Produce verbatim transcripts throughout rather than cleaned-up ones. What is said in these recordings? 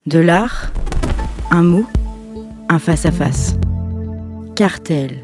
De l'art, un mot, un face-à-face. Cartel.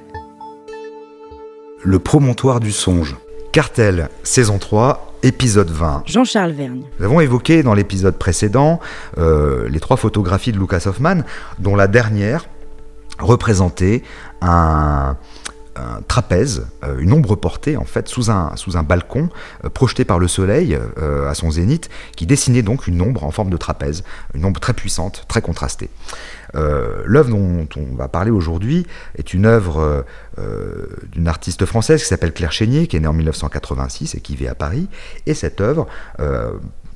Le promontoire du songe. Cartel, saison trois, épisode vingt. Jean-Charles Vergne. Nous avons évoqué dans l'épisode précédent euh, les trois photographies de Lucas Hoffman, dont la dernière représentait un, un trapèze, euh, une ombre portée en fait sous un, sous un balcon euh, projeté par le soleil euh, à son zénith, qui dessinait donc une ombre en forme de trapèze, une ombre très puissante, très contrastée. Euh, l'œuvre dont on va parler aujourd'hui est une œuvre euh, d'une artiste française qui s'appelle Claire Chénier, qui est née en dix-neuf cent quatre-vingt-six et qui vit à Paris. Et cette œuvre euh,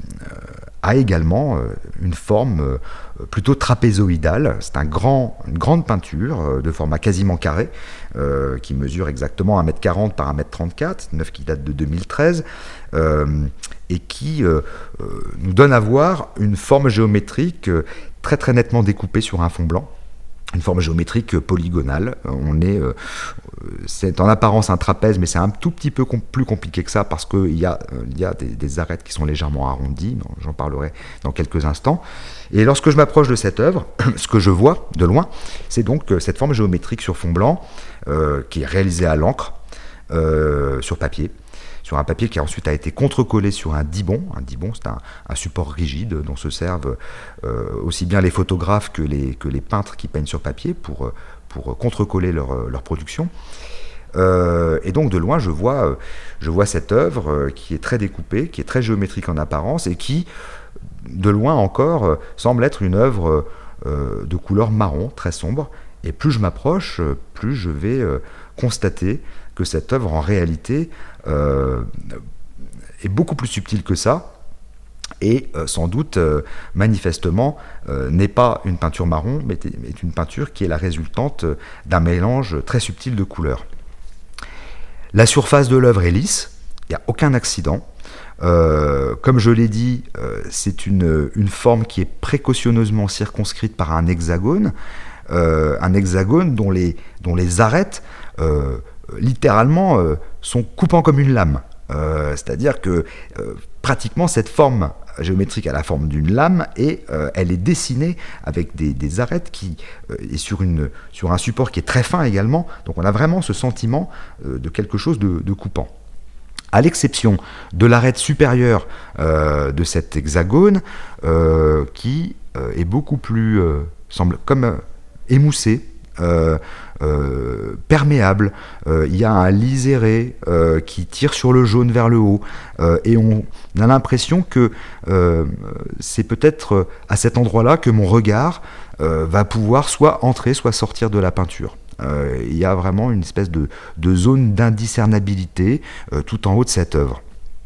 a également euh, une forme euh, plutôt trapézoïdale. C'est un grand, une grande peinture euh, de format quasiment carré, euh, qui mesure exactement un mètre quarante par un mètre trente-quatre, une œuvre qui date de deux mille treize, euh, et qui euh, euh, nous donne à voir une forme géométrique euh, très très nettement découpée sur un fond blanc, une forme géométrique polygonale. On est, euh, c'est en apparence un trapèze, mais c'est un tout petit peu com- plus compliqué que ça, parce qu'il y a, euh, il y a des, des arêtes qui sont légèrement arrondies, j'en parlerai dans quelques instants. Et lorsque je m'approche de cette œuvre, ce que je vois de loin, c'est donc cette forme géométrique sur fond blanc, euh, qui est réalisée à l'encre, euh, sur papier, sur un papier qui ensuite a été contre-collé sur un dibon. Un dibon, c'est un, un support rigide dont se servent euh, aussi bien les photographes que les, que les peintres qui peignent sur papier pour, pour contre-coller leur, leur production. Euh, et donc de loin, je vois, je vois cette œuvre qui est très découpée, qui est très géométrique en apparence et qui, de loin encore, semble être une œuvre euh, de couleur marron, très sombre. Et plus je m'approche, plus je vais euh, constater que cette œuvre, en réalité, euh, est beaucoup plus subtile que ça, et euh, sans doute, euh, manifestement, euh, n'est pas une peinture marron, mais est une peinture qui est la résultante d'un mélange très subtil de couleurs. La surface de l'œuvre est lisse, il n'y a aucun accident. Euh, comme je l'ai dit, euh, c'est une, une forme qui est précautionneusement circonscrite par un hexagone, euh, un hexagone dont les, dont les arêtes euh, littéralement euh, sont coupants comme une lame. Euh, c'est-à-dire que euh, pratiquement cette forme géométrique a la forme d'une lame et euh, elle est dessinée avec des, des arêtes qui euh, est sur, une, sur un support qui est très fin également. Donc on a vraiment ce sentiment euh, de quelque chose de, de coupant. À l'exception de l'arête supérieure euh, de cet hexagone euh, qui euh, est beaucoup plus, euh, semble comme euh, émoussé, euh, euh, perméable. Euh, il y a un liséré euh, qui tire sur le jaune vers le haut euh, et on a l'impression que euh, c'est peut-être à cet endroit-là que mon regard euh, va pouvoir soit entrer, soit sortir de la peinture. Euh, il y a vraiment une espèce de, de zone d'indiscernabilité euh, tout en haut de cette œuvre.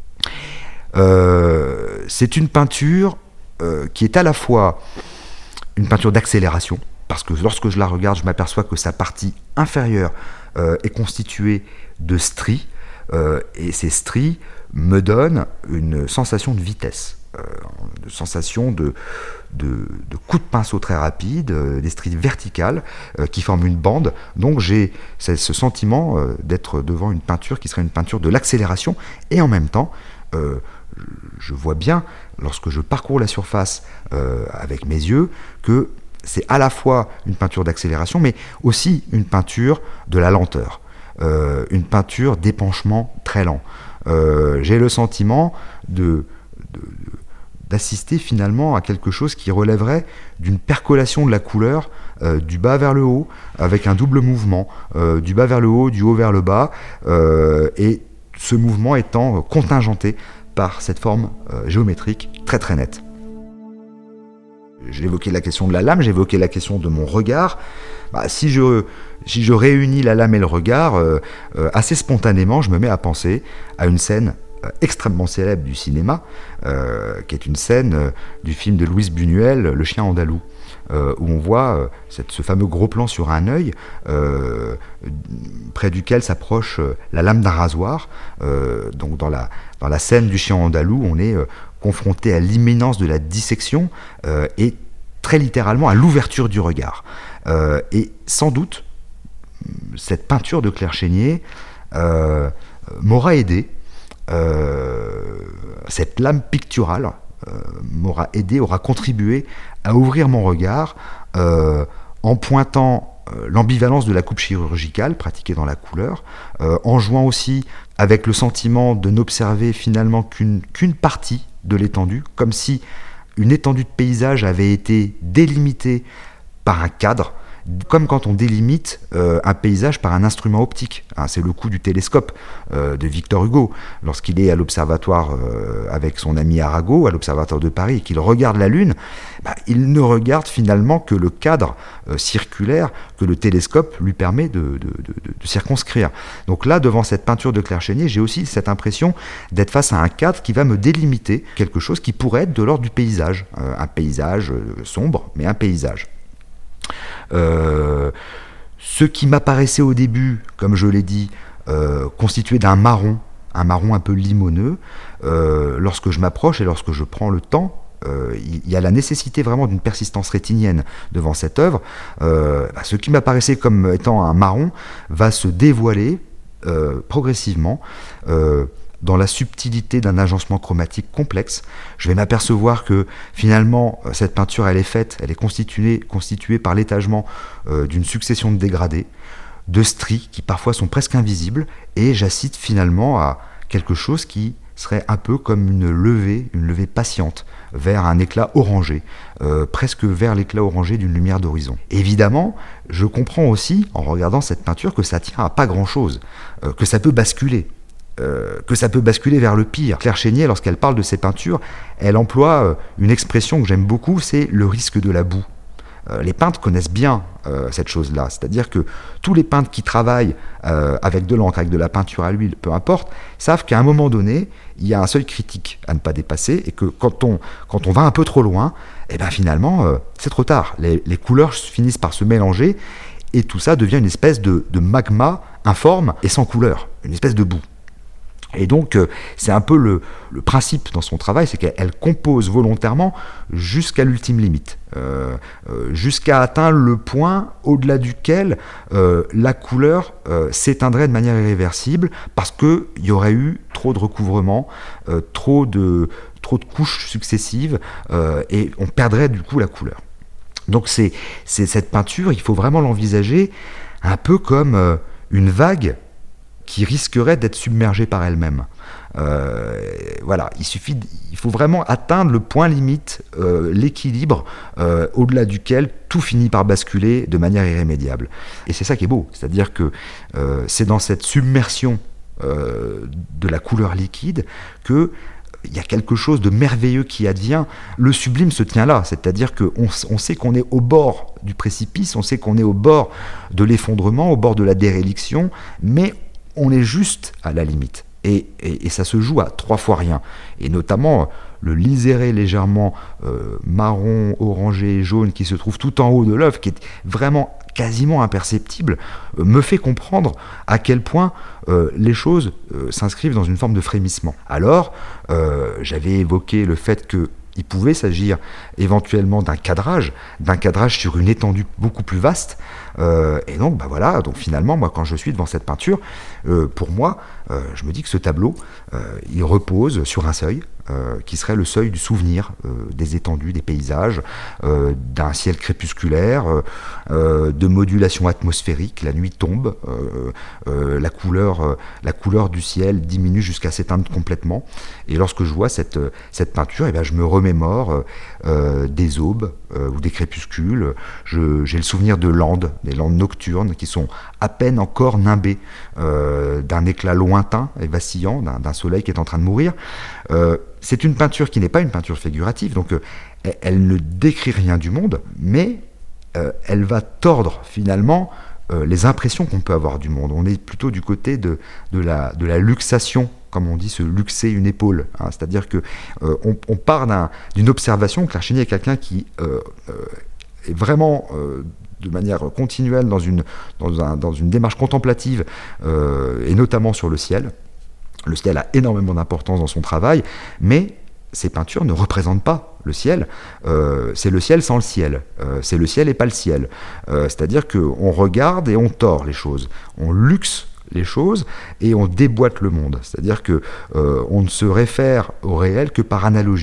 Euh, c'est une peinture euh, qui est à la fois une peinture d'accélération, parce que lorsque je la regarde, je m'aperçois que sa partie inférieure euh, est constituée de stries, euh, et ces stries me donnent une sensation de vitesse, euh, de sensation de, de, de coups de pinceau très rapides, euh, des stries verticales euh, qui forment une bande. Donc j'ai ce sentiment euh, d'être devant une peinture qui serait une peinture de l'accélération, et en même temps, euh, je vois bien, lorsque je parcours la surface euh, avec mes yeux, que c'est à la fois une peinture d'accélération, mais aussi une peinture de la lenteur, euh, une peinture d'épanchement très lent. Euh, j'ai le sentiment de, de, d'assister finalement à quelque chose qui relèverait d'une percolation de la couleur euh, du bas vers le haut, avec un double mouvement, euh, du bas vers le haut, du haut vers le bas, euh, et ce mouvement étant contingenté par cette forme euh, géométrique très très nette. J'ai évoqué la question de la lame, j'ai évoqué la question de mon regard. Bah, si, je, si je réunis la lame et le regard, euh, euh, assez spontanément, je me mets à penser à une scène euh, extrêmement célèbre du cinéma, euh, qui est une scène euh, du film de Luis Buñuel, Le Chien andalou, euh, où on voit euh, cette, ce fameux gros plan sur un œil, euh, près duquel s'approche euh, la lame d'un rasoir. Euh, donc dans la, dans la scène du Chien andalou, on est... Euh, confronté à l'imminence de la dissection euh, et très littéralement à l'ouverture du regard. Euh, et sans doute, cette peinture de Claire Chénier euh, m'aura aidé, euh, cette lame picturale euh, m'aura aidé, aura contribué à ouvrir mon regard euh, en pointant euh, l'ambivalence de la coupe chirurgicale pratiquée dans la couleur, euh, en jouant aussi avec le sentiment de n'observer finalement qu'une, qu'une partie de l'étendue, comme si une étendue de paysage avait été délimitée par un cadre, comme quand on délimite euh, un paysage par un instrument optique. Hein, c'est le coup du télescope euh, de Victor Hugo, lorsqu'il est à l'observatoire euh, avec son ami Arago, à l'observatoire de Paris, et qu'il regarde la Lune, bah, il ne regarde finalement que le cadre euh, circulaire que le télescope lui permet de, de, de, de circonscrire. Donc là, devant cette peinture de Claire Chénier, j'ai aussi cette impression d'être face à un cadre qui va me délimiter quelque chose qui pourrait être de l'ordre du paysage. Euh, un paysage euh, sombre, mais un paysage. Euh, ce qui m'apparaissait au début, comme je l'ai dit, euh, constitué d'un marron, un marron un peu limoneux, euh, lorsque je m'approche et lorsque je prends le temps, euh, il y a la nécessité vraiment d'une persistance rétinienne devant cette œuvre. Euh, bah, ce qui m'apparaissait comme étant un marron va se dévoiler euh, progressivement euh, dans la subtilité d'un agencement chromatique complexe. Je vais m'apercevoir que finalement cette peinture elle est faite, elle est constituée, constituée par l'étagement euh, d'une succession de dégradés, de stries qui parfois sont presque invisibles, et j'assiste finalement à quelque chose qui serait un peu comme une levée, une levée patiente vers un éclat orangé, euh, presque vers l'éclat orangé d'une lumière d'horizon. Évidemment, je comprends aussi en regardant cette peinture que ça tient à pas grand-chose, euh, que ça peut basculer. Euh, que ça peut basculer vers le pire. Claire Chénier, lorsqu'elle parle de ses peintures, elle emploie euh, une expression que j'aime beaucoup, c'est le risque de la boue. Euh, les peintres connaissent bien euh, cette chose-là, c'est-à-dire que tous les peintres qui travaillent euh, avec de l'encre, avec de la peinture à l'huile, peu importe, savent qu'à un moment donné, il y a un seuil critique à ne pas dépasser, et que quand on, quand on va un peu trop loin, eh ben finalement, euh, c'est trop tard. Les, les couleurs finissent par se mélanger, et tout ça devient une espèce de, de magma informe et sans couleur, une espèce de boue. Et donc, euh, c'est un peu le, le principe dans son travail, c'est qu'elle compose volontairement jusqu'à l'ultime limite, euh, euh, jusqu'à atteindre le point au-delà duquel euh, la couleur euh, s'éteindrait de manière irréversible, parce qu'il y aurait eu trop de recouvrement, euh, trop, de, trop de couches successives, euh, et on perdrait du coup la couleur. Donc c'est, c'est cette peinture, il faut vraiment l'envisager un peu comme euh, une vague qui risquerait d'être submergée par elle-même. Euh, voilà, il suffit, il faut vraiment atteindre le point limite, euh, l'équilibre euh, au-delà duquel tout finit par basculer de manière irrémédiable. Et c'est ça qui est beau, c'est-à-dire que euh, c'est dans cette submersion euh, de la couleur liquide que il y a quelque chose de merveilleux qui advient. Le sublime se tient là, c'est-à-dire qu'on on sait qu'on est au bord du précipice, on sait qu'on est au bord de l'effondrement, au bord de la déréliction, mais on est juste à la limite. Et, et, et ça se joue à trois fois rien. Et notamment, le liséré légèrement euh, marron, orangé, jaune qui se trouve tout en haut de l'œuvre, qui est vraiment quasiment imperceptible, euh, me fait comprendre à quel point euh, les choses euh, s'inscrivent dans une forme de frémissement. Alors, euh, j'avais évoqué le fait que il pouvait s'agir éventuellement d'un cadrage, d'un cadrage sur une étendue beaucoup plus vaste. Euh, et donc, bah voilà, donc finalement, moi, quand je suis devant cette peinture, euh, pour moi, euh, je me dis que ce tableau, euh, il repose sur un seuil, euh, qui serait le seuil du souvenir euh, des étendues, des paysages, euh, d'un ciel crépusculaire, euh, de modulation atmosphérique. La nuit tombe, euh, euh, la couleur, euh, la couleur du ciel diminue jusqu'à s'éteindre complètement. Et lorsque je vois cette, cette peinture, eh bien, je me remémore euh, des aubes euh, ou des crépuscules. Je, j'ai le souvenir de landes, des landes nocturnes qui sont à peine encore nimbées euh, d'un éclat lointain et vacillant, d'un, d'un soleil qui est en train de mourir. Euh, c'est une peinture qui n'est pas une peinture figurative, donc euh, elle, elle ne décrit rien du monde, mais euh, elle va tordre finalement euh, les impressions qu'on peut avoir du monde. On est plutôt du côté de, de, la, de la luxation, comme on dit, se luxer une épaule. Hein, c'est-à-dire que euh, on, on part d'un, d'une observation. Claire Chénier est quelqu'un qui euh, euh, est vraiment euh, de manière continuelle dans une, dans un, dans une démarche contemplative, euh, et notamment sur le ciel. Le ciel a énormément d'importance dans son travail, mais ces peintures ne représentent pas le ciel. Euh, c'est le ciel sans le ciel. Euh, c'est le ciel et pas le ciel. Euh, c'est-à-dire qu'on regarde et on tord les choses. On luxe les choses et on déboîte le monde. C'est-à-dire qu'on euh, ne se réfère au réel que par analogie.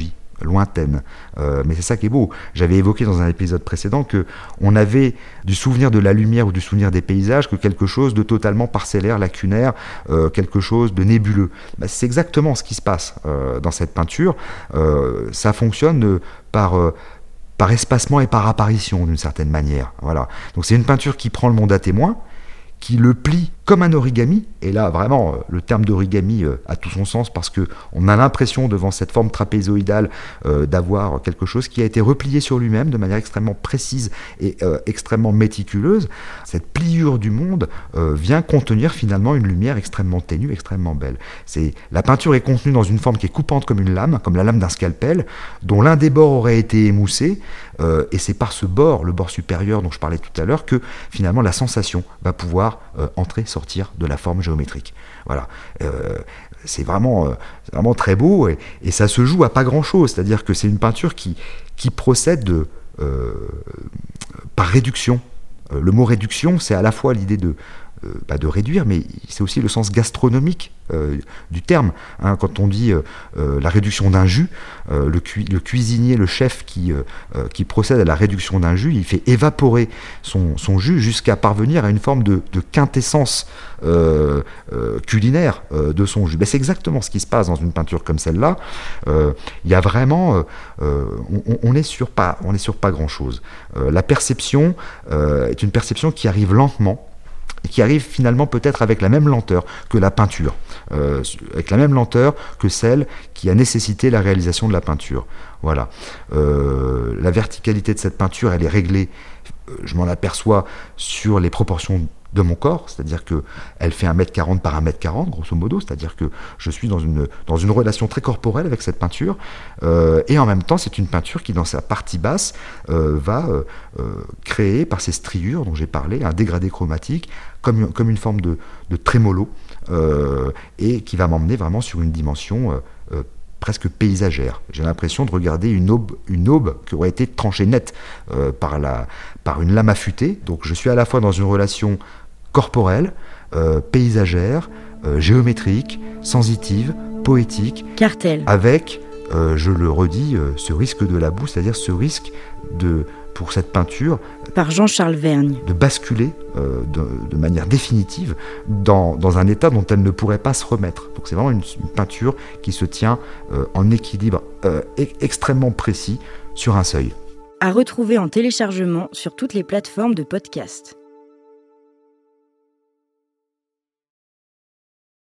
lointaine. Euh, mais c'est ça qui est beau. J'avais évoqué dans un épisode précédent qu'on avait du souvenir de la lumière ou du souvenir des paysages que quelque chose de totalement parcellaire, lacunaire, euh, quelque chose de nébuleux. Ben, c'est exactement ce qui se passe euh, dans cette peinture. Euh, ça fonctionne par... Euh, par espacement et par apparition d'une certaine manière. Voilà. Donc c'est une peinture qui prend le monde à témoin, qui le plie comme un origami, et là vraiment le terme d'origami euh, a tout son sens parce qu'on a l'impression devant cette forme trapézoïdale euh, d'avoir quelque chose qui a été replié sur lui-même de manière extrêmement précise et euh, extrêmement méticuleuse. Cette pliure du monde euh, vient contenir finalement une lumière extrêmement ténue, extrêmement belle. C'est, la peinture est contenue dans une forme qui est coupante comme une lame, comme la lame d'un scalpel, dont l'un des bords aurait été émoussé, euh, et c'est par ce bord, le bord supérieur dont je parlais tout à l'heure, que finalement la sensation va pouvoir euh, entrer, sortir de la forme géométrique. Voilà. Euh, c'est vraiment, euh, c'est vraiment très beau et, et ça se joue à pas grand-chose. C'est-à-dire que c'est une peinture qui, qui procède de, euh, par réduction. Euh, le mot réduction, c'est à la fois l'idée de, euh, bah de réduire, mais c'est aussi le sens gastronomique euh, du terme. Hein, quand on dit euh, euh, la réduction d'un jus, euh, le, cu- le cuisinier, le chef qui, euh, euh, qui procède à la réduction d'un jus, il fait évaporer son, son jus jusqu'à parvenir à une forme de, de quintessence euh, euh, culinaire euh, de son jus. Ben, c'est exactement ce qui se passe dans une peinture comme celle-là. Euh, il y a vraiment... Euh, on, on est sur pas, on est sur pas grand-chose. Euh, la perception euh, est une perception qui arrive lentement, et qui arrive finalement peut-être avec la même lenteur que la peinture, euh, avec la même lenteur que celle qui a nécessité la réalisation de la peinture. Voilà. Euh, la verticalité de cette peinture, elle est réglée, euh, je m'en aperçois, sur les proportions de mon corps, c'est-à-dire qu'elle fait un mètre quarante par un mètre quarante, grosso modo, c'est-à-dire que je suis dans une, dans une relation très corporelle avec cette peinture, euh, et en même temps, c'est une peinture qui, dans sa partie basse, euh, va euh, euh, créer, par ces striures dont j'ai parlé, un dégradé chromatique, comme, comme une forme de, de trémolo, euh, et qui va m'emmener vraiment sur une dimension euh, euh, presque paysagère. J'ai l'impression de regarder une aube, une aube qui aurait été tranchée nette euh, par, la, par une lame affûtée. Donc je suis à la fois dans une relation corporelle, euh, paysagère, euh, géométrique, sensitive, poétique, Cartel. avec, euh, je le redis, euh, ce risque de la boue, c'est-à-dire ce risque de, pour cette peinture, Par Jean-Charles Vergne. de basculer euh, de, de manière définitive dans, dans un état dont elle ne pourrait pas se remettre. Donc c'est vraiment une, une peinture qui se tient euh, en équilibre euh, e- extrêmement précis sur un seuil. À retrouver en téléchargement sur toutes les plateformes de podcast.